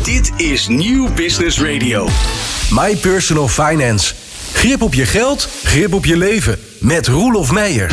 Dit is Nieuw Business Radio. My Personal Finance. Grip op je geld, grip op je leven. Met Roelof Meijer.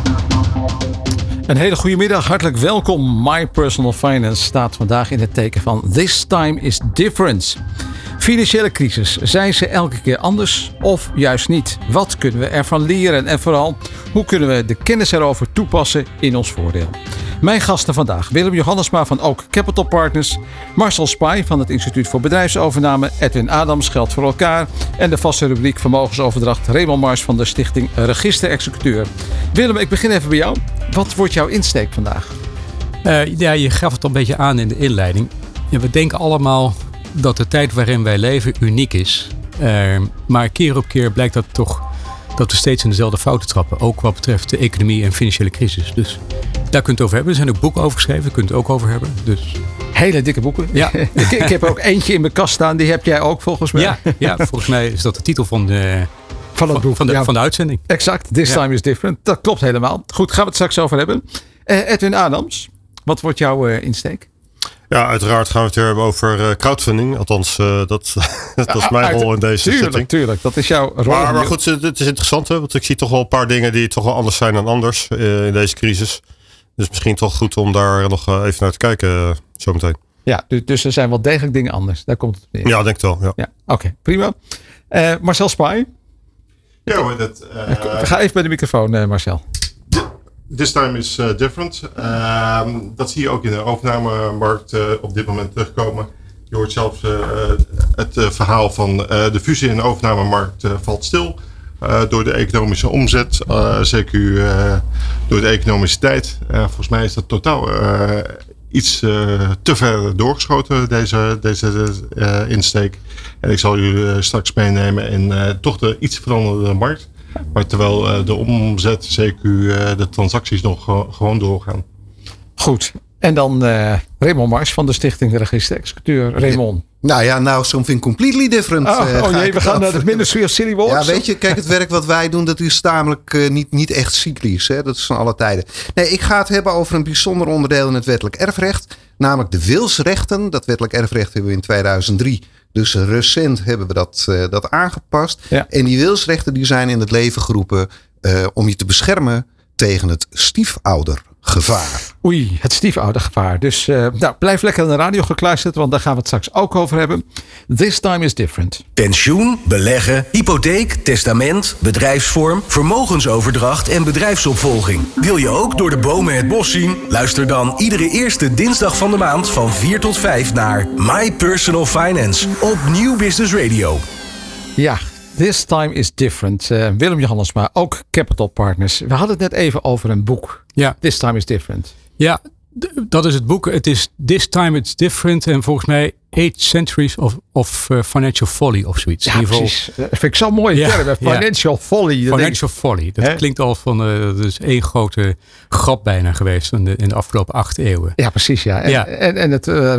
Een hele goede middag, hartelijk welkom. My Personal Finance staat vandaag in het teken van This Time is Different. Financiële crisis, zijn ze elke keer anders of juist niet? Wat kunnen we ervan leren en vooral, hoe kunnen we de kennis erover toepassen in ons voordeel? Mijn gasten vandaag, Willem Johannesma van Oak Capital Partners, Marcel Spy van het Instituut voor Bedrijfsovername, Edwin Adams, Geld voor elkaar en de vaste rubriek Vermogensoverdracht, Raymond Mars van de Stichting Register-Executeur. Willem, ik begin even bij jou. Wat wordt jouw insteek vandaag? Je gaf het al een beetje aan in de inleiding. We denken allemaal dat de tijd waarin wij leven uniek is. Maar keer op keer blijkt dat toch dat we steeds in dezelfde fouten trappen. Ook wat betreft de economie en financiële crisis. Dus daar kunt u het over hebben. Er zijn ook boeken over geschreven. Daar kunt u het ook over hebben. Dus hele dikke boeken. Ja. Ik heb er ook eentje in mijn kast staan. Die heb jij ook volgens mij. Ja, volgens mij is dat de titel van de uitzending. Exact. This time is different. Dat klopt helemaal. Goed, gaan we het straks over hebben. Edwin Adams, wat wordt jouw insteek? Ja, uiteraard gaan we het weer hebben over crowdfunding. Althans, dat is mijn rol in deze setting. Tuurlijk, dat is jouw rol. Maar goed, het is interessant, hè, want ik zie toch wel een paar dingen die toch wel anders zijn dan anders in deze crisis. Dus misschien toch goed om daar nog even naar te kijken zometeen. Ja, dus er zijn wel degelijk dingen anders. Daar komt het op neer. Ja, denk het wel. Ja. Oké, prima. Marcel Spy. Ja, maar ga even bij de microfoon, Marcel. This time is different. Dat zie je ook in de overnamemarkt op dit moment terugkomen. Je hoort zelfs het verhaal van de fusie- en overnamemarkt valt stil. Door de economische omzet, zeker door de economische tijd. Volgens mij is dat totaal iets te ver doorgeschoten, deze insteek. En ik zal jullie straks meenemen in toch de iets veranderde markt. Maar terwijl de omzet, CQ, de transacties nog gewoon doorgaan. Goed. En dan Raymond Mars van de Stichting Register-Executeur. Raymond. Nou, something completely different. We gaan naar het Ministry of Silly Walks. Ja, weet je, kijk, het werk wat wij doen, dat is tamelijk niet echt cyclisch. Hè? Dat is van alle tijden. Nee, ik ga het hebben over een bijzonder onderdeel in het wettelijk erfrecht. Namelijk de wilsrechten. Dat wettelijk erfrecht hebben we in 2003. Dus recent hebben we dat aangepast. Ja. En die wilsrechten die zijn in het leven geroepen om je te beschermen tegen het stiefoudergevaar. Oei, het stiefoudergevaar. Dus blijf lekker aan de radio gekluisterd, want daar gaan we het straks ook over hebben. This time is different. Pensioen, beleggen, hypotheek, testament, bedrijfsvorm, vermogensoverdracht en bedrijfsopvolging. Wil je ook door de bomen het bos zien? Luister dan iedere eerste dinsdag van de maand van 4 tot 5 naar My Personal Finance op Nieuw Business Radio. Ja. This time is different. Willem Johannesma, ook Capital Partners. We hadden het net even over een boek. Ja. This time is different. Ja, dat is het boek. Het is This time it's different. En volgens mij 8 Centuries of Financial Folly of zoiets. Ja, precies. Dat vind ik zo'n mooie term. Financial Folly. Financial Folly. Dat klinkt al van... dat is één grote grap bijna geweest in de afgelopen 8 eeuwen. Ja, precies. Ja. En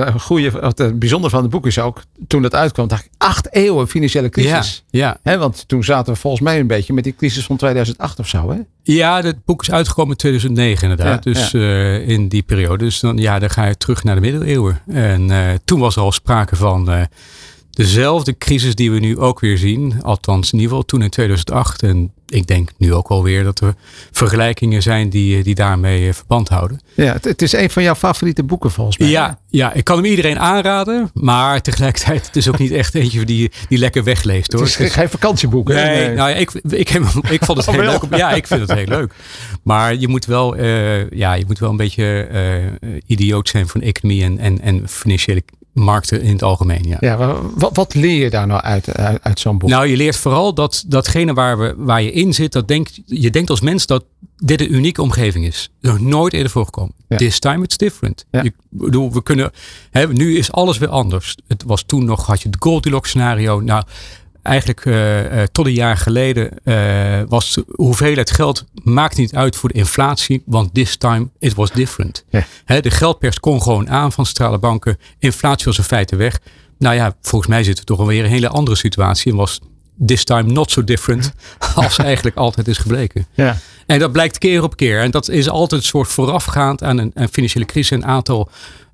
het bijzondere van het boek is ook... Toen het uitkwam, dacht ik 8 eeuwen financiële crisis. Ja. Want toen zaten we volgens mij een beetje met die crisis van 2008 of zo. Hè? Ja, het boek is uitgekomen in 2009 inderdaad. In die periode. Dus dan ga je terug naar de middeleeuwen. En toen was er al sprake van dezelfde crisis die we nu ook weer zien. Althans in ieder geval toen in 2008. En ik denk nu ook alweer dat er vergelijkingen zijn die daarmee verband houden. Ja, het is een van jouw favoriete boeken volgens mij. Ja, ik kan hem iedereen aanraden. Maar tegelijkertijd het is ook niet echt eentje die lekker wegleest. Hoor. Het is geen vakantieboek. Nee. Nou, ik vond het heel leuk. Ja, ik vind het heel leuk. Maar je moet wel, een beetje idioot zijn van economie en financiële markten in het algemeen. Ja, wat leer je daar nou uit zo'n boek? Nou, je leert vooral datgene waar je in zit, je denkt als mens dat dit een unieke omgeving is. Nog nooit eerder voorgekomen. Ja. This time it's different. Ja. We kunnen, nu is alles weer anders. Het was toen nog, had je het Goldilocks scenario. Nou, eigenlijk tot een jaar geleden was de hoeveelheid geld maakt niet uit voor de inflatie, want this time it was different. Ja. De geldpers kon gewoon aan van centrale banken. Inflatie was in feite weg. Nou ja, volgens mij zitten we toch alweer in een hele andere situatie. En was this time not so different als eigenlijk altijd is gebleken. Ja. En dat blijkt keer op keer. En dat is altijd een soort voorafgaand aan een financiële crisis. Een aantal,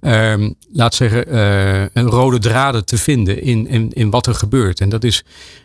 een rode draden te vinden in wat er gebeurt. En dat is...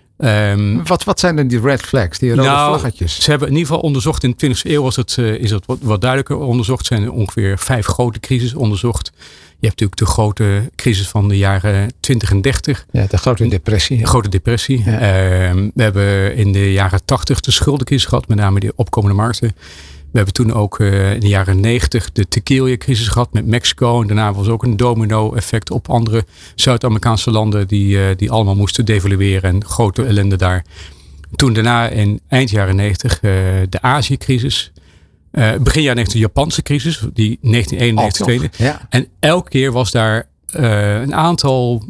Wat zijn dan die red flags, die rode vlaggetjes? Ze hebben in ieder geval onderzocht, in de 20e eeuw is het wat duidelijker onderzocht. Er zijn ongeveer 5 grote crises onderzocht. Je hebt natuurlijk de grote crisis van de jaren 20 en 30. Ja, de grote depressie. De grote depressie. Ja. We hebben in de jaren 80 de schuldencrisis gehad, met name de opkomende markten. We hebben toen ook in de jaren 90 de tequila-crisis gehad met Mexico. En daarna was ook een domino-effect op andere Zuid-Amerikaanse landen die allemaal moesten devalueren en grote ellende daar. Toen daarna in eind jaren 90 de Azië-crisis. Begin jaren 90 de Japanse crisis, die 1991 tweede. Ja. En elke keer was daar een aantal,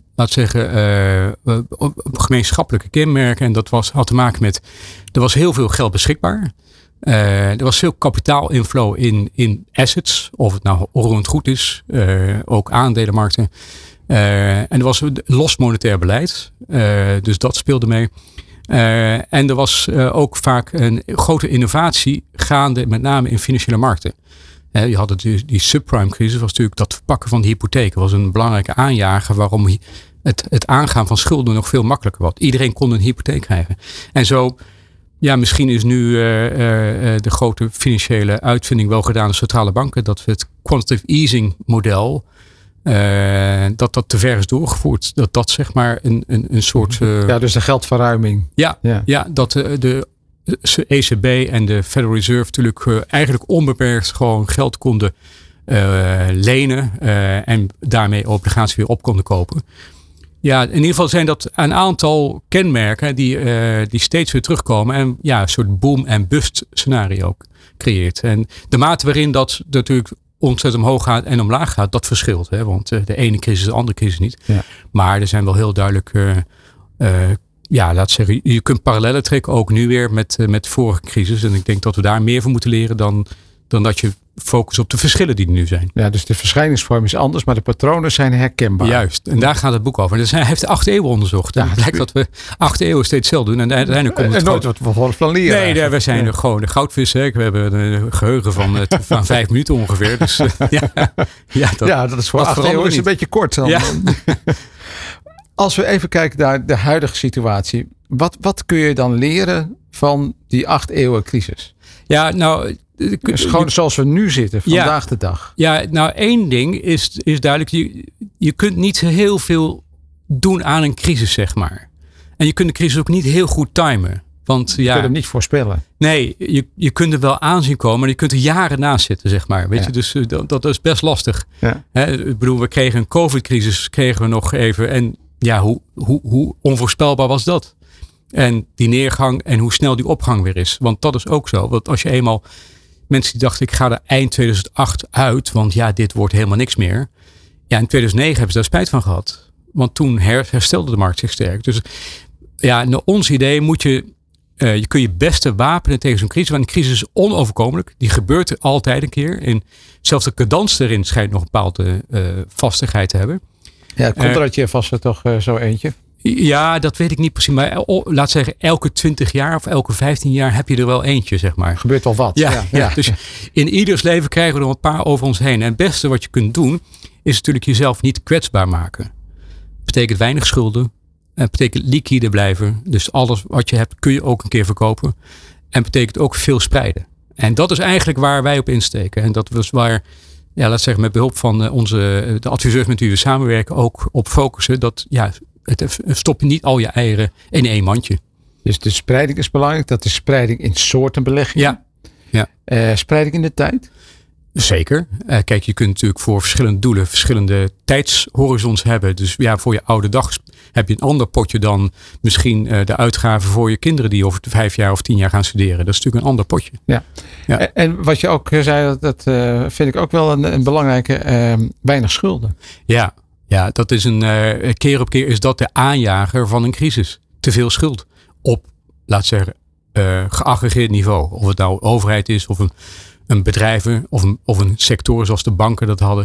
gemeenschappelijke kenmerken. En dat had te maken met, er was heel veel geld beschikbaar. Er was veel kapitaalinflow in assets, of het nou onroerend goed is, ook aandelenmarkten. En er was los monetair beleid, dus dat speelde mee. En er was ook vaak een grote innovatie gaande, met name in financiële markten. Je had die subprime crisis, was natuurlijk dat verpakken van de hypotheek. Was een belangrijke aanjager waarom het aangaan van schulden nog veel makkelijker was. Iedereen kon een hypotheek krijgen. En zo, ja, misschien is nu de grote financiële uitvinding wel gedaan door centrale banken, dat we het quantitative easing model, dat te ver is doorgevoerd. Dat zeg maar een soort... ja, dus de geldverruiming. Ja, dat de ECB en de Federal Reserve natuurlijk eigenlijk onbeperkt gewoon geld konden lenen en daarmee obligaties weer op konden kopen. Ja, in ieder geval zijn dat een aantal kenmerken die steeds weer terugkomen en ja, een soort boom- en bust scenario creëert. En de mate waarin dat natuurlijk ontzettend omhoog gaat en omlaag gaat, dat verschilt. Hè? Want de ene crisis, de andere crisis niet. Ja. Maar er zijn wel heel duidelijk, laat zeggen, je kunt parallellen trekken, ook nu weer met vorige crisis. En ik denk dat we daar meer van moeten leren dan dat je focust op de verschillen die er nu zijn. Ja, dus de verschijningsvorm is anders, maar de patronen zijn herkenbaar. Juist, en daar gaat het boek over. Dus hij heeft 8 eeuwen onderzocht. Ja, het blijkt dat we 8 eeuwen steeds hetzelfde doen. En uiteindelijk komt het nooit wat van leren. Nee, we zijn gewoon de goudvissen. We hebben een geheugen van 5 minuten ongeveer. Dus dat is voor 8 eeuwen een beetje kort. Dan. Ja. Als we even kijken naar de huidige situatie. Wat kun je dan leren van die 8 eeuwen crisis? Ja, nou, dus gewoon zoals we nu zitten, vandaag de dag. Ja, nou, één ding is duidelijk. Je kunt niet heel veel doen aan een crisis, zeg maar. En je kunt de crisis ook niet heel goed timen. Want je kunt hem niet voorspellen. Nee, je kunt er wel aanzien komen, maar je kunt er jaren naast zitten, zeg maar. Weet je, dus dat is best lastig. Ja. Ik bedoel, we kregen een COVID-crisis, nog even. En ja, hoe onvoorspelbaar was dat? En die neergang en hoe snel die opgang weer is. Want dat is ook zo. Want als je eenmaal mensen die dachten, ik ga er eind 2008 uit, want ja, dit wordt helemaal niks meer. Ja, in 2009 hebben ze daar spijt van gehad. Want toen herstelde de markt zich sterk. Dus ja, naar ons idee je kun je beste wapenen tegen zo'n crisis. Want een crisis is onoverkomelijk. Die gebeurt er altijd een keer. En zelfs de cadans erin schijnt nog een bepaalde vastigheid te hebben. Ja, Konradje vast er toch zo eentje? Ja, dat weet ik niet precies. Maar laat zeggen, elke 20 jaar of elke 15 jaar heb je er wel eentje, zeg maar. Gebeurt wel wat. Ja. Dus in ieders leven krijgen we er een paar over ons heen. En het beste wat je kunt doen, is natuurlijk jezelf niet kwetsbaar maken. Dat betekent weinig schulden. Het betekent liquide blijven. Dus alles wat je hebt kun je ook een keer verkopen. En betekent ook veel spreiden. En dat is eigenlijk waar wij op insteken. En dat was waar, ja, laat zeggen, met behulp van de adviseurs met wie we samenwerken ook op focussen. Dat stop je niet al je eieren in één mandje. Dus de spreiding is belangrijk. Dat is spreiding in soorten beleggingen. Ja. Spreiding in de tijd? Zeker. Kijk, je kunt natuurlijk voor verschillende doelen verschillende tijdshorizons hebben. Dus ja, voor je oude dag heb je een ander potje dan misschien de uitgaven voor je kinderen die over 5 jaar of 10 jaar gaan studeren. Dat is natuurlijk een ander potje. Ja. En wat je ook zei, dat vind ik ook wel een belangrijke, weinig schulden. Ja, dat is keer op keer is dat de aanjager van een crisis. Te veel schuld op, laat zeggen, geaggregeerd niveau. Of het nou overheid is of een bedrijven of een sector zoals de banken dat hadden.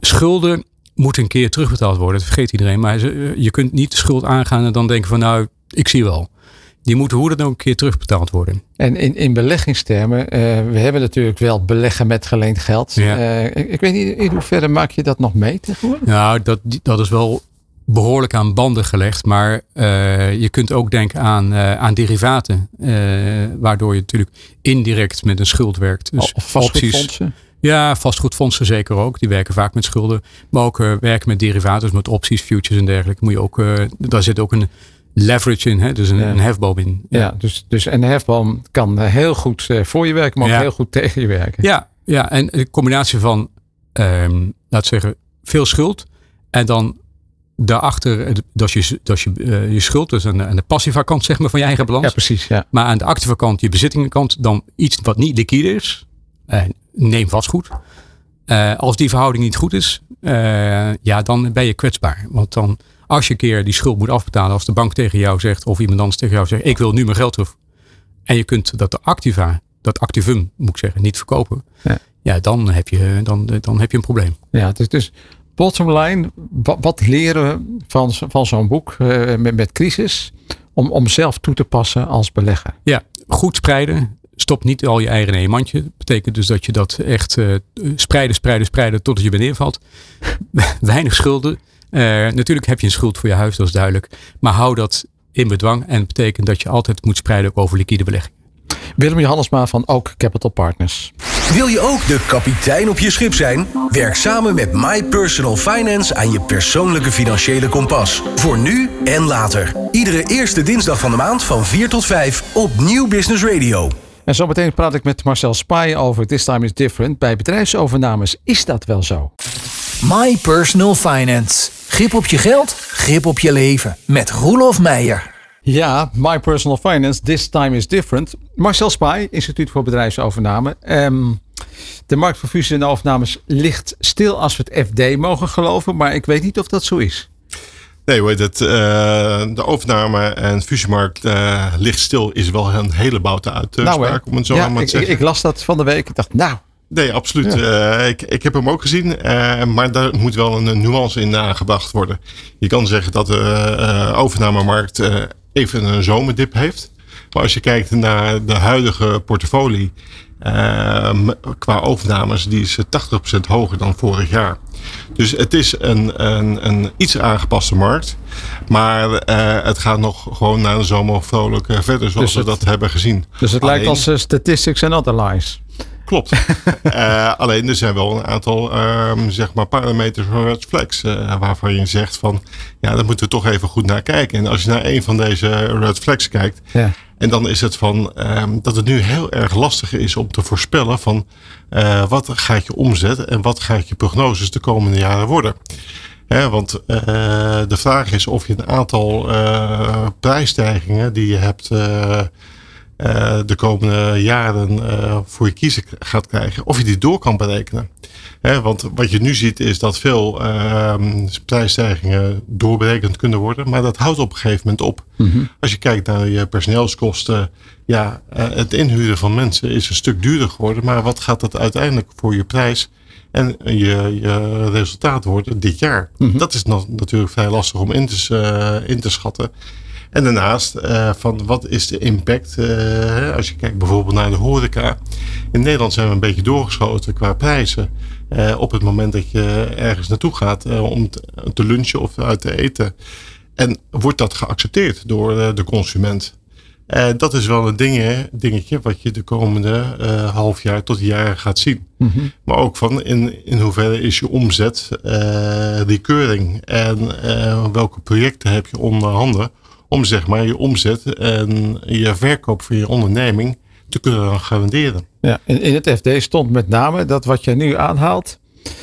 Schulden moeten een keer terugbetaald worden. Dat vergeet iedereen. Maar je kunt niet de schuld aangaan en dan denken van nou, Ik zie wel. Die moeten hoe dan ook een keer terugbetaald worden. En in beleggingstermen, we hebben natuurlijk wel beleggen met geleend geld. Ja. Ik weet niet, in hoeverre maak je dat nog mee tegenwoordig? Nou, dat is wel behoorlijk aan banden gelegd. Maar je kunt ook denken aan derivaten. Waardoor je natuurlijk indirect met een schuld werkt. Dus of vastgoedfondsen? Ja, vastgoedfondsen zeker ook. Die werken vaak met schulden. Maar ook werken met derivaten, dus met opties, futures en dergelijke. Moet je ook, daar zit ook een leverage in, hè? Dus een hefboom in. Ja, dus een hefboom kan heel goed voor je werken, maar ook heel goed tegen je werken. Ja, en de combinatie van, laten we zeggen, veel schuld en dan daarachter, dat je schuld, dus aan de passieve kant zeg maar van je eigen balans. Ja, precies. Ja. Maar aan de actieve kant, je bezittingenkant, dan iets wat niet liquide is. Neem vastgoed. Als die verhouding niet goed is, dan ben je kwetsbaar. Want dan, als je een keer die schuld moet afbetalen, als de bank tegen jou zegt, of iemand anders tegen jou zegt, ik wil nu mijn geld terug. En je kunt dat activum, moet ik zeggen, niet verkopen. Ja, dan heb je een probleem. Ja, dus bottom line, wat leren we van zo'n boek met crisis om zelf toe te passen als belegger? Ja, goed spreiden. Stop niet al je eieren in je mandje. Dat betekent dus dat je dat echt spreiden totdat je beneden valt. Weinig schulden. Natuurlijk heb je een schuld voor je huis, dat is duidelijk. Maar hou dat in bedwang. En dat betekent dat je altijd moet spreiden ook over liquide belegging. Willem Johannesma van Oak Capital Partners. Wil je ook de kapitein op je schip zijn? Werk samen met My Personal Finance aan je persoonlijke financiële kompas. Voor nu en later. Iedere eerste dinsdag van de maand van 4 tot 5 op Nieuw Business Radio. En zometeen praat ik met Marcel Spaaij over This Time is Different. Bij bedrijfsovernames is dat wel zo. My Personal Finance. Grip op je geld, grip op je leven. Met Roelof Meijer. Ja, My Personal Finance, This Time is Different. Marcel Spaaij, Instituut voor Bedrijfsovername. De markt voor fusies en overnames ligt stil als we het FD mogen geloven. Maar ik weet niet of dat zo is. Nee, weet het, de overname- en fusiemarkt ligt stil is wel een hele boute uitspraak, om het zo maar te zeggen. Ik las dat van de week. Ik dacht, Nee, absoluut. Ja. Ik heb hem ook gezien, maar daar moet wel een nuance in aangebracht worden. Je kan zeggen dat de overnamemarkt even een zomerdip heeft. Maar als je kijkt naar de huidige portfolio qua overnames, die is 80% hoger dan vorig jaar. Dus het is een iets aangepaste markt. Maar het gaat nog gewoon na de zomer vrolijk verder zoals we dat hebben gezien. Dus het lijkt als statistics and other lies. Klopt. Alleen er zijn wel een aantal parameters van red flags waarvan je zegt van ja, daar moeten we toch even goed naar kijken. En als je naar een van deze red flags kijkt, en dan is het van dat het nu heel erg lastig is om te voorspellen van wat gaat je omzet en wat gaat je prognoses de komende jaren worden. Want de vraag is of je een aantal prijsstijgingen die je hebt de komende jaren voor je kiezen gaat krijgen, of je die door kan berekenen. Want wat je nu ziet is dat veel prijsstijgingen doorberekend kunnen worden, maar dat houdt op een gegeven moment op. Mm-hmm. Als je kijkt naar je personeelskosten, het inhuren van mensen is een stuk duurder geworden, maar wat gaat dat uiteindelijk voor je prijs en je resultaat worden dit jaar? Mm-hmm. Dat is natuurlijk vrij lastig om in te schatten. En daarnaast, van wat is de impact? Als je kijkt bijvoorbeeld naar de horeca. In Nederland zijn we een beetje doorgeschoten qua prijzen. Op het moment dat je ergens naartoe gaat om te lunchen of uit te eten. En wordt dat geaccepteerd door de consument? Dat is wel een dingetje wat je de komende half jaar tot jaren gaat zien. Mm-hmm. Maar ook van in hoeverre is je omzet recurring? En welke projecten heb je onder handen? Om zeg maar je omzet en je verkoop van je onderneming te kunnen garanderen. Ja, in het FD stond met name dat wat je nu aanhaalt,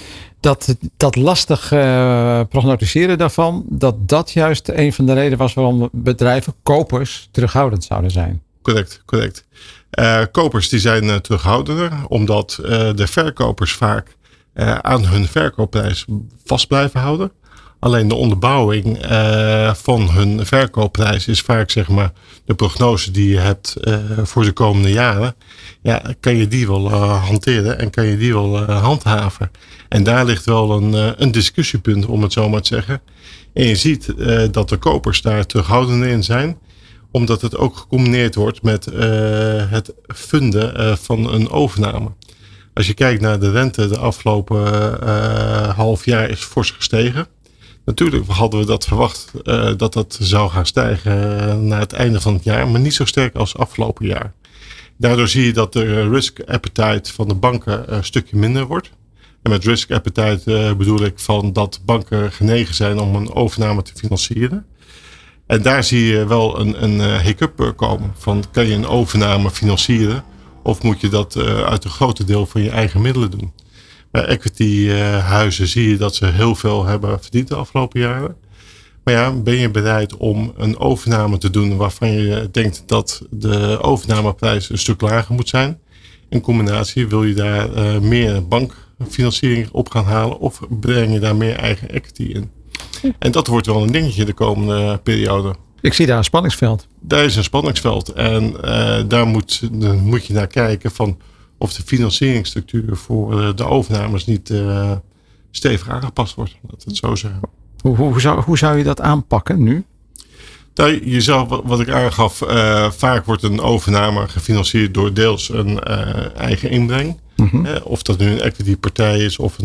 dat lastig prognosticeren daarvan, dat juist een van de redenen was waarom bedrijven, kopers, terughoudend zouden zijn. Correct. Kopers die zijn terughoudender, omdat de verkopers vaak aan hun verkoopprijs vast blijven houden. Alleen de onderbouwing van hun verkoopprijs is vaak zeg maar de prognose die je hebt voor de komende jaren. Ja, kan je die wel hanteren en kan je die wel handhaven. En daar ligt wel een discussiepunt, om het zo maar te zeggen. En je ziet dat de kopers daar terughoudend in zijn. Omdat het ook gecombineerd wordt met het funden van een overname. Als je kijkt naar de rente de afgelopen half jaar is fors gestegen. Natuurlijk hadden we dat verwacht dat zou gaan stijgen na het einde van het jaar. Maar niet zo sterk als afgelopen jaar. Daardoor zie je dat de risk appetite van de banken een stukje minder wordt. En met risk appetite bedoel ik van dat banken genegen zijn om een overname te financieren. En daar zie je wel een hiccup komen. Van kan je een overname financieren? Of moet je dat uit een groot deel van je eigen middelen doen? Bij equity-huizen zie je dat ze heel veel hebben verdiend de afgelopen jaren. Maar ja, ben je bereid om een overname te doen waarvan je denkt dat de overnameprijs een stuk lager moet zijn? In combinatie wil je daar meer bankfinanciering op gaan halen of breng je daar meer eigen equity in? En dat wordt wel een dingetje de komende periode. Ik zie daar een spanningsveld. Daar is een spanningsveld. En daar moet je naar kijken van of de financieringsstructuur voor de overnames niet stevig aangepast wordt. Laat het zo zeggen. Hoe zou je dat aanpakken nu? Nou, je zou, wat ik aangaf, vaak wordt een overname gefinancierd door deels een eigen inbreng. Mm-hmm. Of dat nu een equity partij is of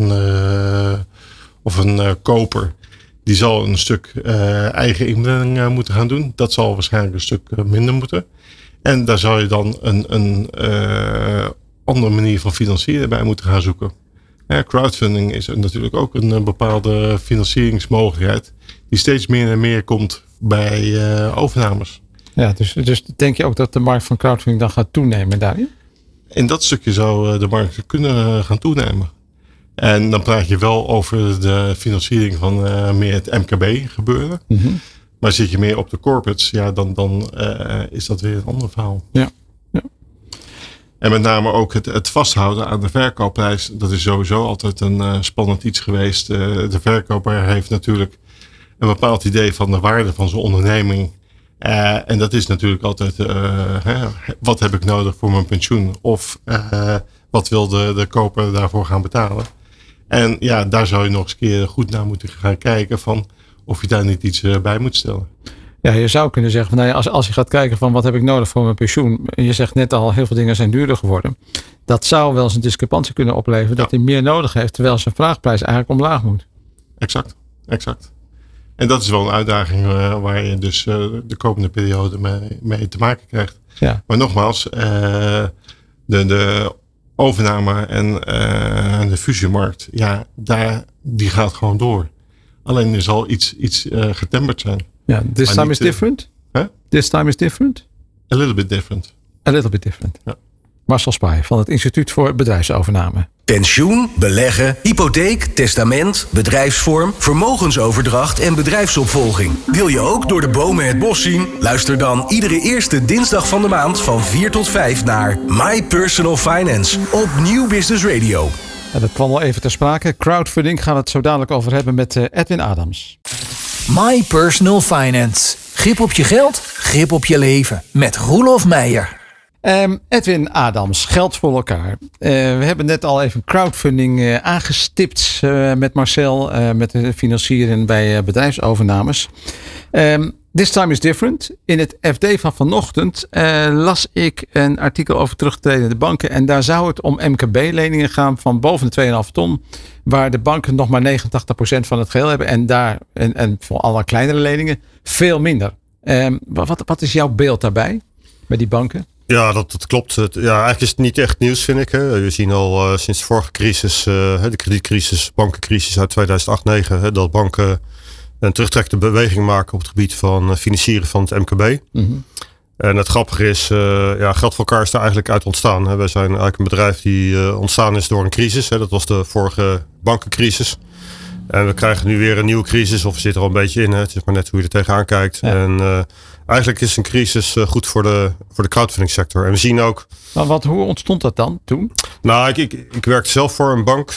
een koper. Die zal een stuk eigen inbreng moeten gaan doen. Dat zal waarschijnlijk een stuk minder moeten. En daar zou je dan een andere manier van financieren bij moeten gaan zoeken. Crowdfunding is natuurlijk ook een bepaalde financieringsmogelijkheid. Die steeds meer en meer komt bij overnames. Ja, dus denk je ook dat de markt van crowdfunding dan gaat toenemen daarin? In dat stukje zou de markt kunnen gaan toenemen. En dan praat je wel over de financiering van meer het MKB gebeuren. Mm-hmm. Maar zit je meer op de corporates, ja, dan is dat weer een ander verhaal. Ja. En met name ook het vasthouden aan de verkoopprijs. Dat is sowieso altijd een spannend iets geweest. De verkoper heeft natuurlijk een bepaald idee van de waarde van zijn onderneming. En dat is natuurlijk altijd, wat heb ik nodig voor mijn pensioen? Of wat wil de koper daarvoor gaan betalen? En ja, daar zou je nog eens een keer goed naar moeten gaan kijken van of je daar niet iets bij moet stellen. Ja, je zou kunnen zeggen, van, nou ja, als je gaat kijken van wat heb ik nodig voor mijn pensioen. Je zegt net al, heel veel dingen zijn duurder geworden. Dat zou wel eens een discrepantie kunnen opleveren dat hij meer nodig heeft, terwijl zijn vraagprijs eigenlijk omlaag moet. Exact. En dat is wel een uitdaging waar je dus de komende periode mee te maken krijgt. Ja. Maar nogmaals, de overname en de fusiemarkt, ja, die gaat gewoon door. Alleen er zal iets getemperd zijn. Ja, this time is different? This time is different? A little bit different. A little bit different. Ja. Marcel Spaaij van het Instituut voor Bedrijfsovername. Pensioen, beleggen, hypotheek, testament, bedrijfsvorm, vermogensoverdracht en bedrijfsopvolging. Wil je ook door de bomen het bos zien? Luister dan iedere eerste dinsdag van de maand van 4 tot 5 naar My Personal Finance op Nieuw Business Radio. Ja, dat kwam al even ter sprake. Crowdfunding gaan we het zo dadelijk over hebben met Edwin Adams. My Personal Finance. Grip op je geld, grip op je leven. Met Roelof Meijer. Edwin Adams, geld voor elkaar. We hebben net al even crowdfunding aangestipt met Marcel. Met de financiering bij bedrijfsovernames. This time is different. In het FD van vanochtend las ik een artikel over terugtredende banken. En daar zou het om MKB-leningen gaan van boven de 2,5 ton. Waar de banken nog maar 89% van het geheel hebben. En voor alle kleinere leningen veel minder. Wat is jouw beeld daarbij? Bij die banken? Ja, dat klopt. Eigenlijk is het niet echt nieuws, vind ik. Hè. We zien al sinds de vorige crisis, de kredietcrisis, bankencrisis uit 2008-2009, dat banken een terugtrekkende beweging maken op het gebied van financieren van het MKB. Mm-hmm. En het grappige is, geld voor elkaar is daar eigenlijk uit ontstaan. Hè. Wij zijn eigenlijk een bedrijf die ontstaan is door een crisis. Hè. Dat was de vorige bankencrisis. En we krijgen nu weer een nieuwe crisis, of we zitten er al een beetje in. Hè. Het is maar net hoe je er tegenaan kijkt. Ja. En eigenlijk is een crisis goed voor de crowdfunding sector. En we zien ook... Maar hoe ontstond dat dan toen? Nou, ik werkte zelf voor een bank.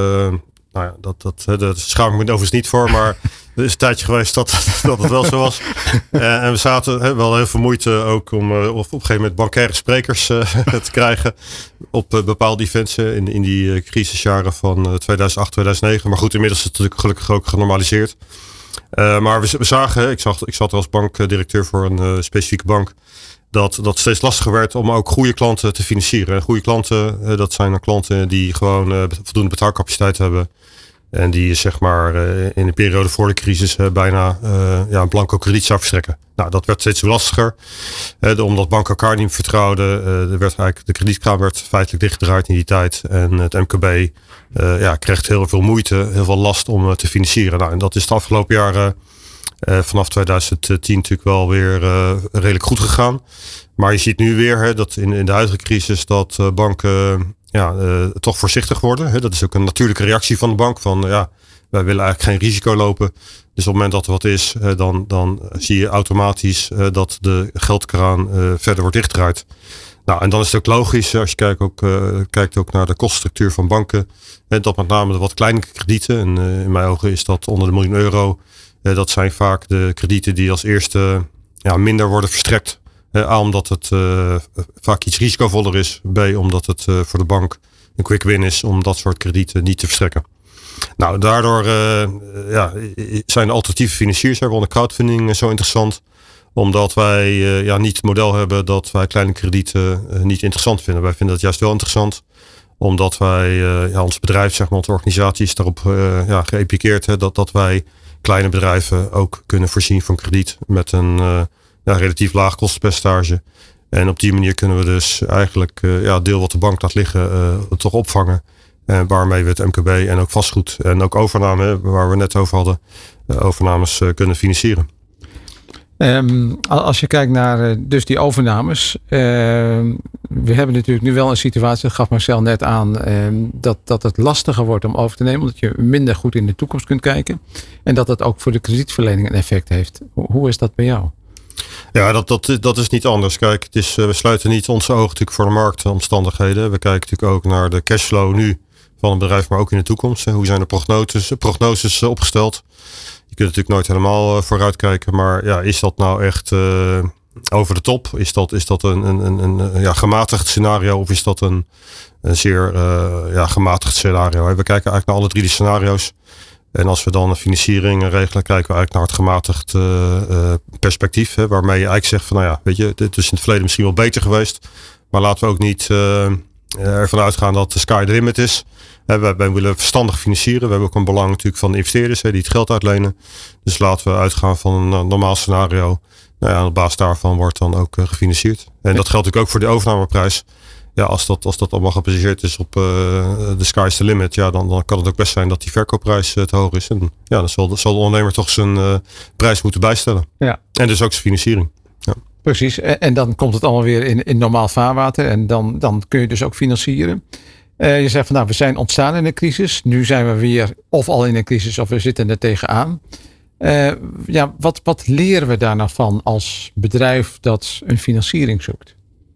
Dat schaam ik me overigens niet voor, maar er is een tijdje geweest dat het wel zo was. En we zaten wel heel veel moeite ook om op een gegeven moment bankaire sprekers te krijgen op bepaalde events in die crisisjaren van 2008, 2009. Maar goed, inmiddels is het natuurlijk gelukkig ook genormaliseerd. Maar we zagen, ik zat er als bankdirecteur voor een specifieke bank, dat steeds lastiger werd om ook goede klanten te financieren. En goede klanten, dat zijn dan klanten die gewoon voldoende betaalcapaciteit hebben. En die zeg maar in de periode voor de crisis bijna een blanco krediet zou verstrekken. Nou, dat werd steeds lastiger. Omdat banken elkaar niet vertrouwden. De kredietkraan werd feitelijk dichtgedraaid in die tijd. En het MKB kreeg heel veel moeite, heel veel last om te financieren. Nou, en dat is de afgelopen jaren vanaf 2010 natuurlijk wel weer redelijk goed gegaan. Maar je ziet nu weer dat in de huidige crisis dat banken toch voorzichtig worden. Dat is ook een natuurlijke reactie van de bank. Van wij willen eigenlijk geen risico lopen. Dus op het moment dat er wat is, dan zie je automatisch dat de geldkraan verder wordt dichtgedraaid. Nou, en dan is het ook logisch, als je kijkt ook naar de kostenstructuur van banken, dat met name de wat kleinere kredieten, en in mijn ogen is dat onder de €1 miljoen, dat zijn vaak de kredieten die als eerste minder worden verstrekt. A, omdat het vaak iets risicovoller is. B, omdat het voor de bank een quick win is om dat soort kredieten niet te verstrekken. Nou, daardoor zijn de alternatieve financiers, waaronder crowdfunding, zo interessant. Omdat wij niet het model hebben dat wij kleine kredieten niet interessant vinden. Wij vinden dat juist wel interessant. Omdat wij, ons bedrijf, zeg maar, onze organisatie is daarop geëpikeerd. Dat wij kleine bedrijven ook kunnen voorzien van krediet met een relatief laag kostenpercentage. En op die manier kunnen we dus eigenlijk deel wat de bank laat liggen toch opvangen. Waarmee we het MKB en ook vastgoed en ook overname, waar we net over hadden, overnames kunnen financieren. Als je kijkt naar dus die overnames. We hebben natuurlijk nu wel een situatie, dat gaf Marcel net aan, dat het lastiger wordt om over te nemen. Omdat je minder goed in de toekomst kunt kijken. En dat het ook voor de kredietverlening een effect heeft. Hoe is dat bij jou? Ja, dat is niet anders. Kijk, we sluiten niet onze ogen natuurlijk voor de marktomstandigheden. We kijken natuurlijk ook naar de cashflow nu van een bedrijf, maar ook in de toekomst. Hoe zijn de prognoses opgesteld? Je kunt natuurlijk nooit helemaal vooruitkijken, maar is dat nou echt over de top? Is dat een gematigd scenario of is dat een zeer gematigd scenario? We kijken eigenlijk naar alle 3 die scenario's. En als we dan een financiering regelen, kijken we eigenlijk naar het gematigd perspectief. Waarmee je eigenlijk zegt van, weet je, dit is in het verleden misschien wel beter geweest. Maar laten we ook niet ervan uitgaan dat de sky the limit is. Wij willen verstandig financieren. We hebben ook een belang natuurlijk van de investeerders die het geld uitlenen. Dus laten we uitgaan van een normaal scenario. Aan de basis daarvan wordt dan ook gefinancierd. En dat geldt natuurlijk ook voor de overnameprijs. Ja, als dat allemaal gebaseerd is op de sky's the limit, dan kan het ook best zijn dat die verkoopprijs te hoog is. En dan zal de ondernemer toch zijn prijs moeten bijstellen. Ja. En dus ook zijn financiering. Ja. Precies. En dan komt het allemaal weer in normaal vaarwater. En dan kun je dus ook financieren. Je zegt van we zijn ontstaan in een crisis. Nu zijn we weer of al in een crisis of we zitten er tegenaan. Wat leren we daar nou van als bedrijf dat een financiering zoekt?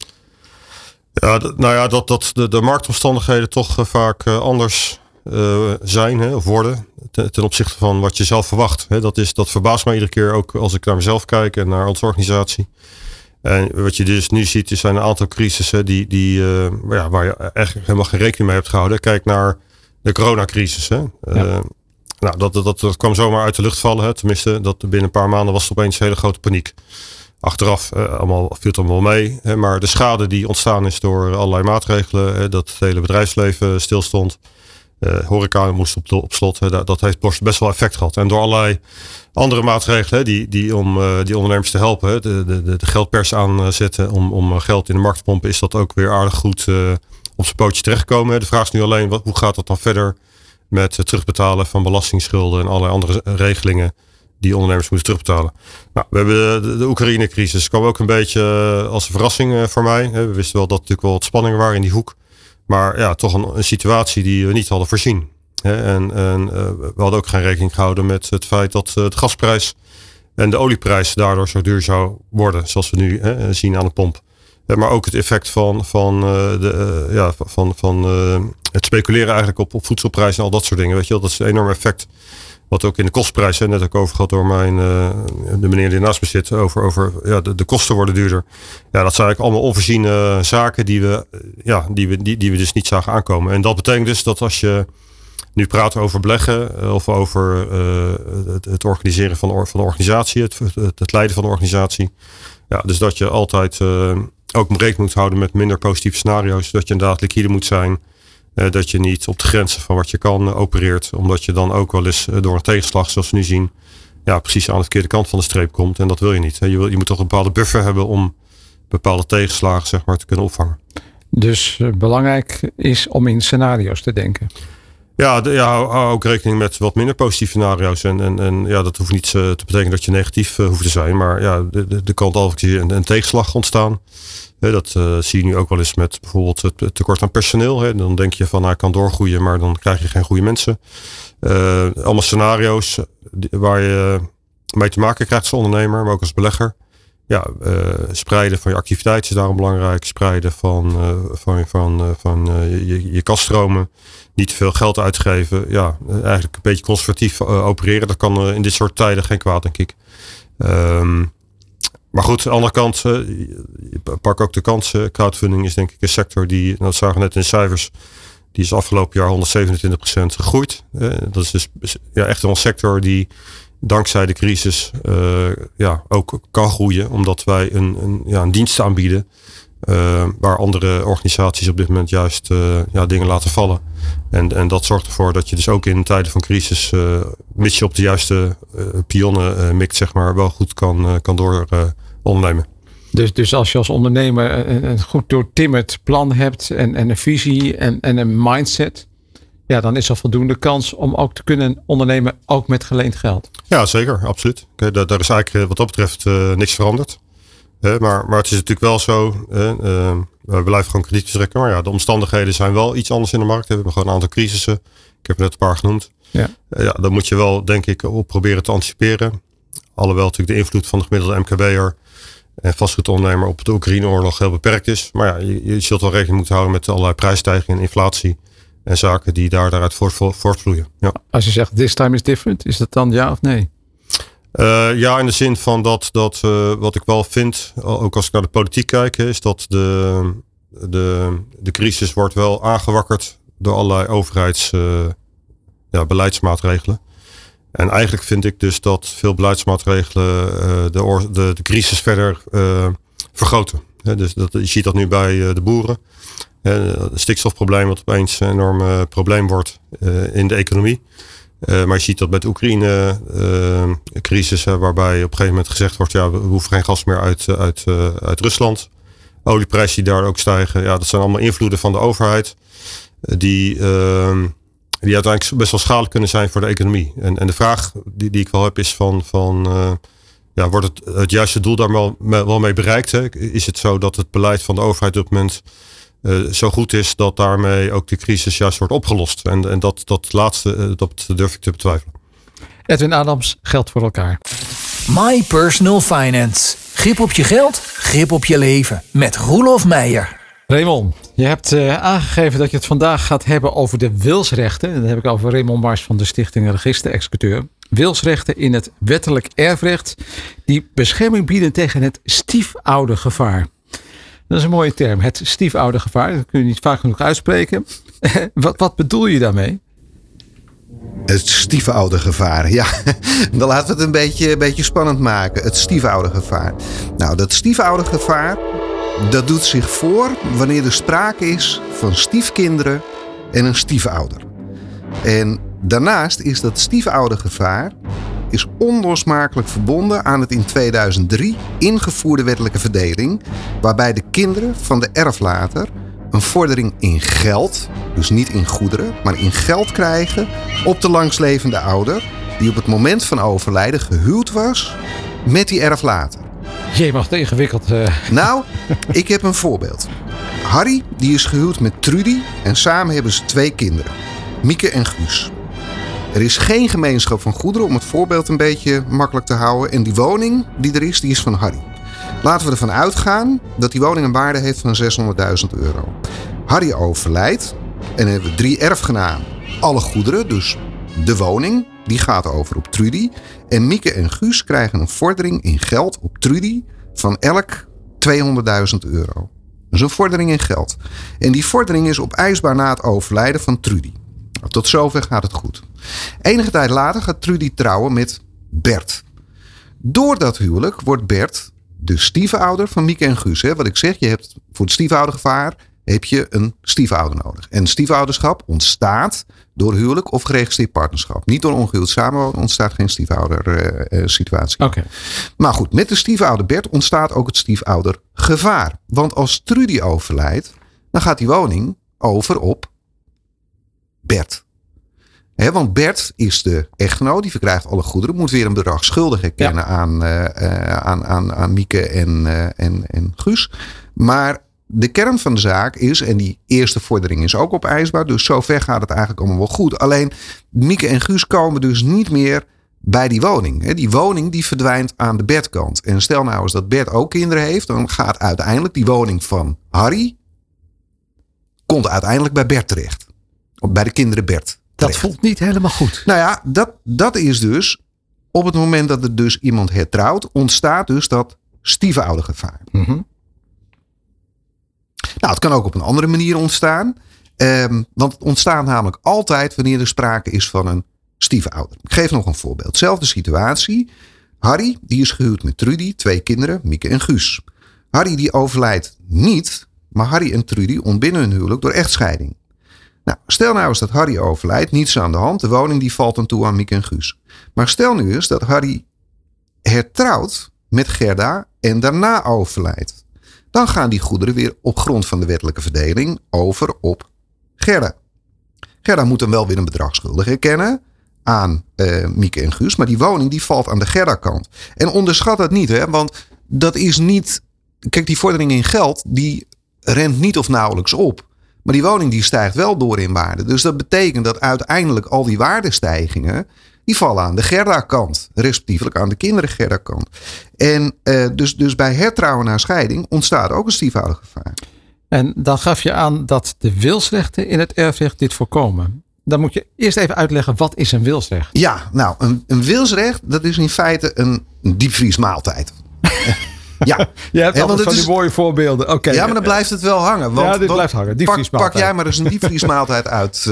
Ja, dat de marktomstandigheden toch vaak anders zijn of worden ten opzichte van wat je zelf verwacht. Dat verbaast mij iedere keer, ook als ik naar mezelf kijk en naar onze organisatie. En wat je dus nu ziet, zijn een aantal crisissen waar je eigenlijk helemaal geen rekening mee hebt gehouden. Kijk naar de coronacrisis. Dat kwam zomaar uit de lucht vallen. Tenminste, binnen een paar maanden was het opeens een hele grote paniek. Achteraf viel het allemaal mee. Maar de schade die ontstaan is door allerlei maatregelen. Dat het hele bedrijfsleven stilstond. Horeca moest op slot. Dat heeft best wel effect gehad. En door allerlei andere maatregelen om die ondernemers te helpen. De geldpers aanzetten om geld in de markt te pompen. Is dat ook weer aardig goed op zijn pootje terechtgekomen. De vraag is nu alleen, hoe gaat dat dan verder met het terugbetalen van belastingsschulden en allerlei andere regelingen die ondernemers moeten terugbetalen. Nou, we hebben de Oekraïne-crisis. Kwam ook een beetje als een verrassing voor mij. We wisten wel dat er natuurlijk wel wat spanningen waren in die hoek. Maar toch een situatie die we niet hadden voorzien. En we hadden ook geen rekening gehouden met het feit dat de gasprijs en de olieprijs daardoor zo duur zou worden. Zoals we nu zien aan de pomp. Maar ook het effect van het speculeren eigenlijk op voedselprijzen en al dat soort dingen. Weet je wel, dat is een enorm effect. Wat ook in de kostprijs, net ook over gehad door de meneer die naast me zit, over de kosten worden duurder. Ja, dat zijn eigenlijk allemaal onvoorziene zaken die we dus niet zagen aankomen. En dat betekent dus dat als je nu praten over beleggen of over het organiseren van de organisatie, het leiden van de organisatie. Ja, dus dat je altijd ook rekening moet houden met minder positieve scenario's. Dat je inderdaad liquide moet zijn. Dat je niet op de grenzen van wat je kan opereert. Omdat je dan ook wel eens door een tegenslag, zoals we nu zien, precies aan de verkeerde kant van de streep komt. En dat wil je niet. Je moet toch een bepaalde buffer hebben om bepaalde tegenslagen zeg maar te kunnen opvangen. Dus belangrijk is om in scenario's te denken. Hou ook rekening met wat minder positieve scenario's. En dat hoeft niet te betekenen dat je negatief hoeft te zijn. Maar er kan altijd een tegenslag ontstaan. Dat zie je nu ook wel eens met bijvoorbeeld het tekort aan personeel. Dan denk je van hij kan doorgroeien, maar dan krijg je geen goede mensen. Allemaal scenario's waar je mee te maken krijgt als ondernemer, maar ook als belegger. Spreiden van je activiteiten is daarom belangrijk. Spreiden van je kasstromen. Niet te veel geld uitgeven. Eigenlijk een beetje conservatief opereren. Dat kan in dit soort tijden geen kwaad, denk ik. Maar goed, aan de andere kant, pak ook de kansen. Crowdfunding is denk ik een sector die, dat zagen we net in de cijfers, die is afgelopen jaar 127% gegroeid. Dat is dus echt een sector die dankzij de crisis ook kan groeien. Omdat wij een dienst aanbieden waar andere organisaties op dit moment juist dingen laten vallen. En dat zorgt ervoor dat je dus ook in tijden van crisis, mits je op de juiste pionnen mikt, zeg maar, wel goed kan door ondernemen. Dus als je als ondernemer een goed doortimmerd plan hebt en een visie en een mindset, dan is er voldoende kans om ook te kunnen ondernemen, ook met geleend geld. Ja, zeker, absoluut. Daar is eigenlijk wat dat betreft niks veranderd. Maar het is natuurlijk wel zo, we blijven gewoon krediet trekken. Maar de omstandigheden zijn wel iets anders in de markt. We hebben gewoon een aantal crisissen. Ik heb er net een paar genoemd. Dan moet je wel, denk ik, op proberen te anticiperen. Alhoewel natuurlijk de invloed van de gemiddelde MKB'er en vastgoedondernemer op de Oekraïne-oorlog heel beperkt is. Maar je zult wel rekening moeten houden met allerlei prijsstijgingen en inflatie en zaken die daaruit voortvloeien. Ja. Als je zegt this time is different, is dat dan ja of nee? In de zin van dat wat ik wel vind, ook als ik naar de politiek kijk, is dat de crisis wordt wel aangewakkerd door allerlei beleidsmaatregelen. En eigenlijk vind ik dus dat veel beleidsmaatregelen de crisis verder vergroten. Dus je ziet dat nu bij de boeren. Het stikstofprobleem wat opeens een enorm probleem wordt in de economie. Maar je ziet dat met de Oekraïne-crisis, waarbij op een gegeven moment gezegd wordt, we hoeven geen gas meer uit Rusland. Olieprijzen die daar ook stijgen. Dat zijn allemaal invloeden van de overheid die uiteindelijk best wel schadelijk kunnen zijn voor de economie. En de vraag die ik wel heb is wordt het juiste doel daar wel mee bereikt? Hè? Is het zo dat het beleid van de overheid op het moment zo goed is dat daarmee ook de crisis juist wordt opgelost? En dat laatste, dat durf ik te betwijfelen. Edwin Adams, Geld voor elkaar. My Personal Finance. Grip op je geld, grip op je leven. Met Roelof Meijer. Raymond, je hebt aangegeven dat je het vandaag gaat hebben over de wilsrechten. En dan heb ik over Raymond Mars van de Stichting Register-Executeur. Wilsrechten in het wettelijk erfrecht die bescherming bieden tegen het stiefoudergevaar. Dat is een mooie term, het stiefoudergevaar. Dat kun je niet vaak genoeg uitspreken. Wat bedoel je daarmee? Het stiefoudergevaar, dan laten we het een beetje spannend maken. Het stiefoudergevaar. Nou, dat stiefoudergevaar, dat doet zich voor wanneer er sprake is van stiefkinderen en een stiefouder. En daarnaast is dat stiefoudergevaar onlosmakelijk verbonden aan het in 2003 ingevoerde wettelijke verdeling, waarbij de kinderen van de erflater een vordering in geld, dus niet in goederen, maar in geld krijgen op de langstlevende ouder, die op het moment van overlijden gehuwd was met die erflater. Je mag het ingewikkeld. Nou, ik heb een voorbeeld. Harry die is gehuwd met Trudy en samen hebben ze 2 kinderen. Mieke en Guus. Er is geen gemeenschap van goederen om het voorbeeld een beetje makkelijk te houden. En die woning die er is, die is van Harry. Laten we ervan uitgaan dat die woning een waarde heeft van €600.000. Harry overlijdt en dan hebben we 3 erfgenamen. Alle goederen, dus de woning, die gaat over op Trudy. En Mieke en Guus krijgen een vordering in geld op Trudy van elk €200.000. Dus een vordering in geld. En die vordering is opeisbaar na het overlijden van Trudy. Tot zover gaat het goed. Enige tijd later gaat Trudy trouwen met Bert. Door dat huwelijk wordt Bert de stiefouder van Mieke en Guus. Hè? Wat ik zeg, je hebt voor het stiefoudergevaar heb je een stiefouder nodig. En stiefouderschap ontstaat door huwelijk of geregistreerd partnerschap. Niet door ongehuwd samenwonen ontstaat geen stiefouder situatie. Okay. Maar goed, met de stiefouder Bert ontstaat ook het stiefoudergevaar. Want als Trudy overlijdt, dan gaat die woning over op Bert. Want Bert is de echtgenoot, die verkrijgt alle goederen, moet weer een bedrag schuldig erkennen aan Mieke en Guus. Maar de kern van de zaak is, en die eerste vordering is ook opeisbaar, dus zover gaat het eigenlijk allemaal wel goed. Alleen Mieke en Guus komen dus niet meer bij die woning. Die woning die verdwijnt aan de Bertkant. En stel nou eens dat Bert ook kinderen heeft, dan gaat uiteindelijk die woning van Harry komt uiteindelijk bij Bert terecht. Bij de kinderen Bert. Dat voelt niet helemaal goed. Nou ja, dat is dus op het moment dat er dus iemand hertrouwt, ontstaat dus dat stiefoudergevaar. Mm-hmm. Nou, het kan ook op een andere manier ontstaan. Want het ontstaat namelijk altijd wanneer er sprake is van een stiefouder. Ik geef nog een voorbeeld. Zelfde situatie. Harry, die is gehuwd met Trudy, 2 kinderen, Mieke en Guus. Harry die overlijdt niet, maar Harry en Trudy ontbinden hun huwelijk door echtscheiding. Nou, stel nou eens dat Harry overlijdt, niets aan de hand. De woning die valt dan toe aan Mieke en Guus. Maar stel nu eens dat Harry hertrouwt met Gerda en daarna overlijdt. Dan gaan die goederen weer op grond van de wettelijke verdeling over op Gerda. Gerda moet dan wel weer een bedrag schuldig erkennen aan Mieke en Guus. Maar die woning die valt aan de Gerda-kant. En onderschat dat niet, hè? Want dat is niet... Kijk, die vordering in geld, die rent niet of nauwelijks op. Maar die woning die stijgt wel door in waarde. Dus dat betekent dat uiteindelijk al die waardestijgingen, die vallen aan de Gerda-kant. Respectievelijk aan de kinderen Gerda-kant. En dus bij hertrouwen na scheiding ontstaat ook een stiefoudergevaar. En dan gaf je aan dat de wilsrechten in het erfrecht dit voorkomen. Dan moet je eerst even uitleggen, wat is een wilsrecht? Ja, nou, een wilsrecht, dat is in feite een diepvriesmaaltijd. Ja, je hebt altijd van die mooie voorbeelden. Okay. Ja, maar dan blijft het wel hangen. Want, dit blijft hangen. Pak jij maar eens een diepvriesmaaltijd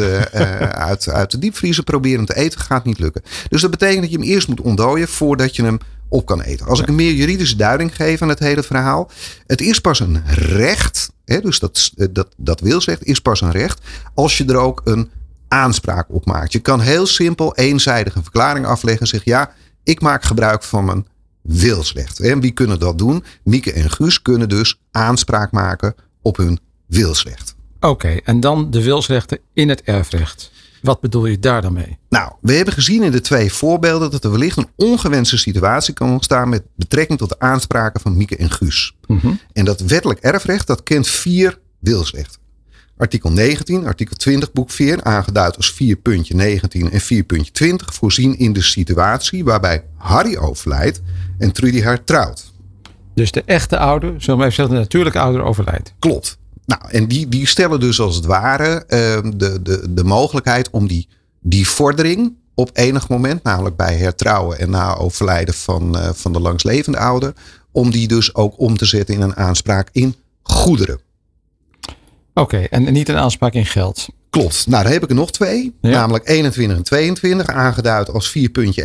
uit de diepvriezer. Probeer hem te eten. Gaat niet lukken. Dus dat betekent dat je hem eerst moet ontdooien voordat je hem op kan eten. Als ik een meer juridische duiding geef aan het hele verhaal. Het is pas een recht. Dus dat wilsrecht is pas een recht. Als je er ook een aanspraak op maakt. Je kan heel simpel eenzijdig een verklaring afleggen. En zeggen ja, ik maak gebruik van mijn wilsrecht. En wie kunnen dat doen? Mieke en Guus kunnen dus aanspraak maken op hun wilsrecht. Oké, en dan de wilsrechten in het erfrecht. Wat bedoel je daar dan mee? Nou, we hebben gezien in de 2 voorbeelden dat er wellicht een ongewenste situatie kan ontstaan met betrekking tot de aanspraken van Mieke en Guus. Mm-hmm. En dat wettelijk erfrecht, dat kent 4 wilsrechten. Artikel 19, artikel 20 boek 4, aangeduid als 4.19 en 4.20, voorzien in de situatie waarbij Harry overlijdt en Trudy hertrouwt. Dus de echte ouder, zullen we even zeggen, de natuurlijke ouder overlijdt. Klopt. Nou, en die stellen dus als het ware de mogelijkheid om die vordering op enig moment, namelijk bij hertrouwen en na overlijden van de langslevende ouder, om die dus ook om te zetten in een aanspraak in goederen. Oké, en niet een aanspraak in geld. Klopt. Nou, dan heb ik er nog 2. Ja. Namelijk 21 en 22. Aangeduid als 4.21,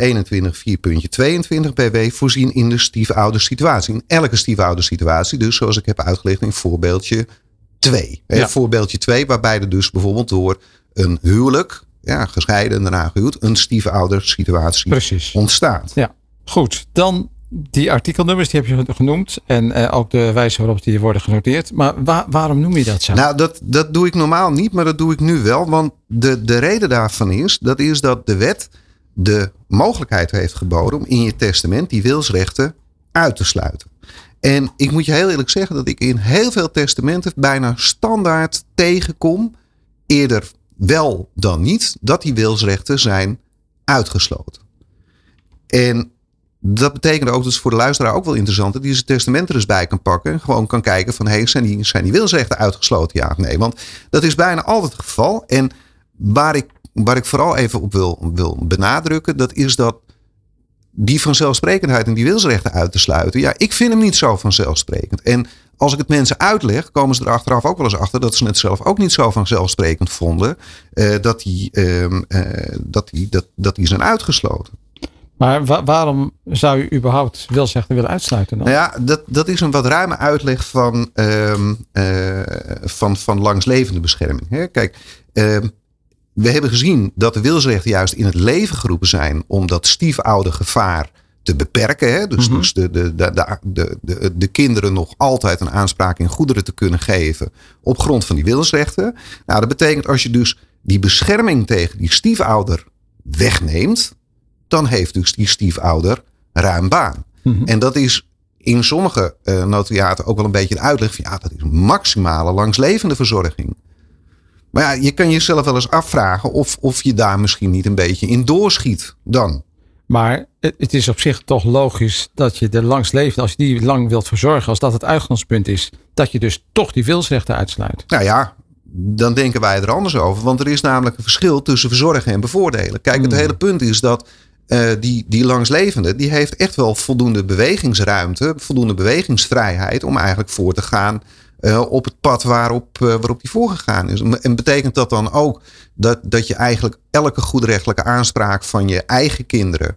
4.22 BW. Voorzien in de stiefoudersituatie. In elke stiefoudersituatie. Dus zoals ik heb uitgelegd in voorbeeldje 2. Ja. Voorbeeldje 2 waarbij er dus bijvoorbeeld door een huwelijk, gescheiden en daarna gehuwd, een stiefoudersituatie ontstaat. Ja, goed. Dan die artikelnummers, die heb je genoemd. En ook de wijze waarop die worden genoteerd. Maar waarom noem je dat zo? Nou, dat doe ik normaal niet, maar dat doe ik nu wel. Want de reden daarvan is dat de wet de mogelijkheid heeft geboden om in je testament die wilsrechten uit te sluiten. En ik moet je heel eerlijk zeggen dat ik in heel veel testamenten bijna standaard tegenkom, eerder wel dan niet, dat die wilsrechten zijn uitgesloten. En dat betekent ook, dat is voor de luisteraar ook wel interessant, dat hij zijn testament er eens bij kan pakken en gewoon kan kijken van, zijn die wilsrechten uitgesloten, ja of nee? Want dat is bijna altijd het geval. En waar ik vooral even op wil benadrukken, dat is dat die vanzelfsprekendheid en die wilsrechten uit te sluiten, ja, ik vind hem niet zo vanzelfsprekend. En als ik het mensen uitleg, komen ze er achteraf ook wel eens achter dat ze het zelf ook niet zo vanzelfsprekend vonden dat die zijn uitgesloten. Maar waarom zou je überhaupt wilsrechten willen uitsluiten dan? Nou ja, dat is een wat ruime uitleg van langslevende bescherming. Hè? Kijk, we hebben gezien dat de wilsrechten juist in het leven geroepen zijn om dat stiefoudergevaar te beperken. Hè? Dus de kinderen nog altijd een aanspraak in goederen te kunnen geven op grond van die wilsrechten. Nou, dat betekent als je dus die bescherming tegen die stiefouder wegneemt, dan heeft dus die stiefouder ruim baan. En dat is in sommige notariaten ook wel een beetje een uitleg van dat is maximale langslevende verzorging. Maar ja, je kan jezelf wel eens afvragen of je daar misschien niet een beetje in doorschiet dan. Maar het is op zich toch logisch dat je de langslevende, als je die lang wilt verzorgen, als dat het uitgangspunt is, dat je dus toch die wilsrechten uitsluit. Nou ja, dan denken wij er anders over. Want er is namelijk een verschil tussen verzorgen en bevoordelen. Kijk, het hele punt is dat die langslevende, die heeft echt wel voldoende bewegingsruimte, voldoende bewegingsvrijheid om eigenlijk voor te gaan op het pad waarop die voorgegaan is. En betekent dat dan ook dat je eigenlijk elke goedrechtelijke aanspraak van je eigen kinderen,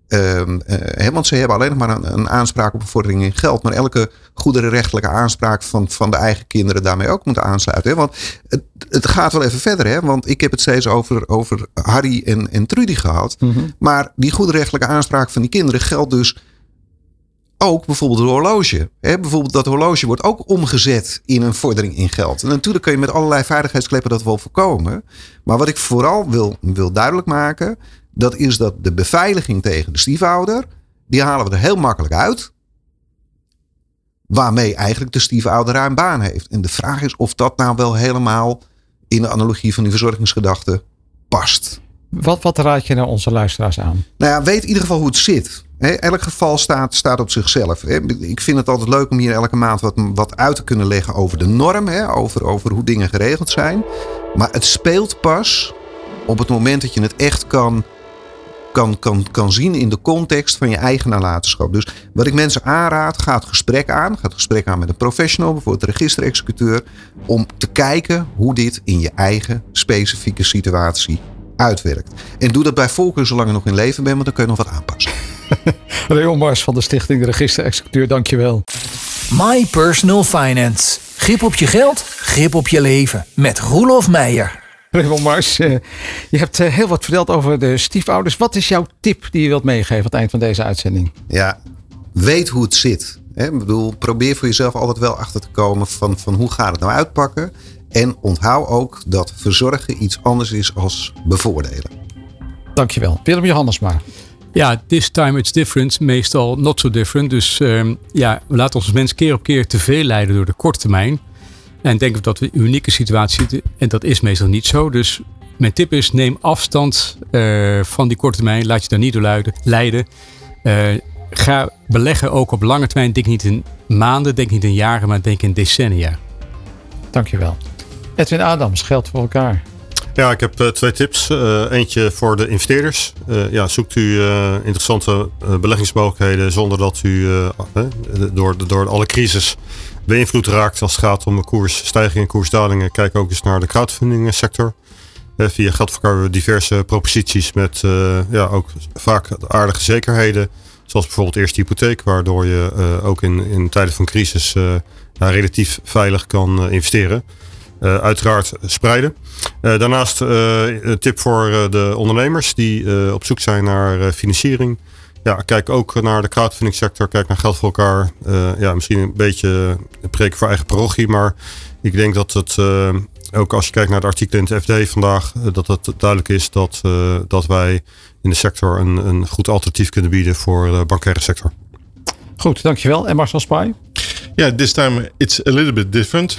want ze hebben alleen nog maar een aanspraak op bevordering in geld, maar elke goederenrechtelijke aanspraak van de eigen kinderen daarmee ook moet aansluiten. Hè? Want het gaat wel even verder, hè? Want ik heb het steeds over Harry en Trudy gehad. Maar die goederenrechtelijke aanspraak van die kinderen geldt dus ook bijvoorbeeld het horloge. Bijvoorbeeld dat horloge wordt ook omgezet in een vordering in geld. En natuurlijk kun je met allerlei veiligheidskleppen dat wel voorkomen. Maar wat ik vooral wil duidelijk maken, dat is dat de beveiliging tegen de stiefouder, die halen we er heel makkelijk uit. Waarmee eigenlijk de stiefouder ruim baan heeft. En de vraag is of dat nou wel helemaal in de analogie van die verzorgingsgedachte past. Wat raad je nou onze luisteraars aan? Nou ja, weet in ieder geval hoe het zit. Elk geval staat op zichzelf. Ik vind het altijd leuk om hier elke maand wat uit te kunnen leggen over de norm. Over hoe dingen geregeld zijn. Maar het speelt pas op het moment dat je het echt kan zien in de context van je eigen nalatenschap. Dus wat ik mensen aanraad, ga het gesprek aan met een professional, bijvoorbeeld de registerexecuteur, om te kijken hoe dit in je eigen specifieke situatie uitwerkt. En doe dat bij voorkeur zolang je nog in leven bent, want dan kun je nog wat aanpassen. Leon Mars van de Stichting de Registerexecuteur, dankjewel. My Personal Finance. Grip op je geld, grip op je leven. Met Roelof Meijer. Leon Mars, je hebt heel wat verteld over de stiefouders. Wat is jouw tip die je wilt meegeven aan het eind van deze uitzending? Ja, weet hoe het zit. Ik bedoel, probeer voor jezelf altijd wel achter te komen van hoe gaat het nou uitpakken. En onthoud ook dat verzorgen iets anders is als bevoordelen. Dankjewel. Willem Johannesma. Ja, this time it's different. Meestal not so different. Dus we laten ons als mens keer op keer te veel leiden door de korte termijn. En denken dat we een unieke situatie zitten. En dat is meestal niet zo. Dus mijn tip is, neem afstand van die korte termijn. Laat je daar niet door leiden. Ga beleggen ook op lange termijn. Denk niet in maanden, denk niet in jaren, maar denk in decennia. Dankjewel. Edwin Adams, Geld voor elkaar. Ja, ik heb 2 tips. Eentje voor de investeerders. Zoekt u interessante beleggingsmogelijkheden zonder dat u door alle crisis beïnvloed raakt als het gaat om koersstijgingen en koersdalingen. Kijk ook eens naar de crowdfunding sector. Via Geld voor elkaar hebben we diverse proposities met ook vaak aardige zekerheden. Zoals bijvoorbeeld eerst hypotheek, waardoor je ook in tijden van crisis relatief veilig kan investeren. Uiteraard spreiden. Daarnaast een tip voor de ondernemers die op zoek zijn naar financiering. Ja, kijk ook naar de crowdfunding sector. Kijk naar Geld voor elkaar. Misschien een beetje preken voor eigen parochie. Maar ik denk dat het, ook als je kijkt naar de artikelen in het FD vandaag, dat het duidelijk is dat wij in de sector een goed alternatief kunnen bieden voor de bankaire sector. Goed, dankjewel. En Marcel Spy? Ja, this time it's a little bit different.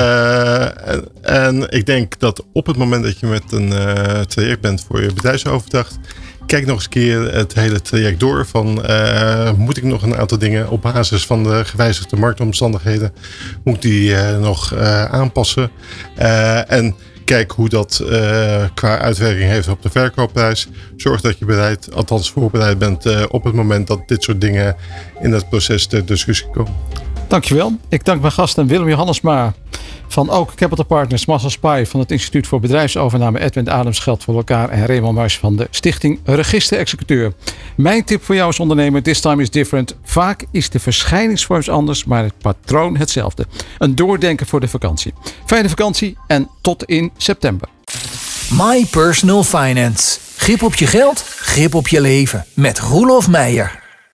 En ik denk dat op het moment dat je met een traject bent voor je bedrijfsoverdracht, kijk nog eens een keer het hele traject door van moet ik nog een aantal dingen op basis van de gewijzigde marktomstandigheden, moet ik die nog aanpassen. En kijk hoe dat qua uitwerking heeft op de verkoopprijs. Zorg dat je voorbereid bent op het moment dat dit soort dingen in het proces ter discussie komen. Dankjewel. Ik dank mijn gasten Willem Johannesma van Oak Capital Partners, Marcel Spy van het Instituut voor Bedrijfsovername, Edwin Adams Geld voor elkaar en Raymond Mars van de Stichting Register-Executeur. Mijn tip voor jou als ondernemer, this time is different. Vaak is de verschijningsvorm anders, maar het patroon hetzelfde. Een doordenken voor de vakantie. Fijne vakantie en tot in september. My Personal Finance. Grip op je geld, grip op je leven. Met Roelof Meijer.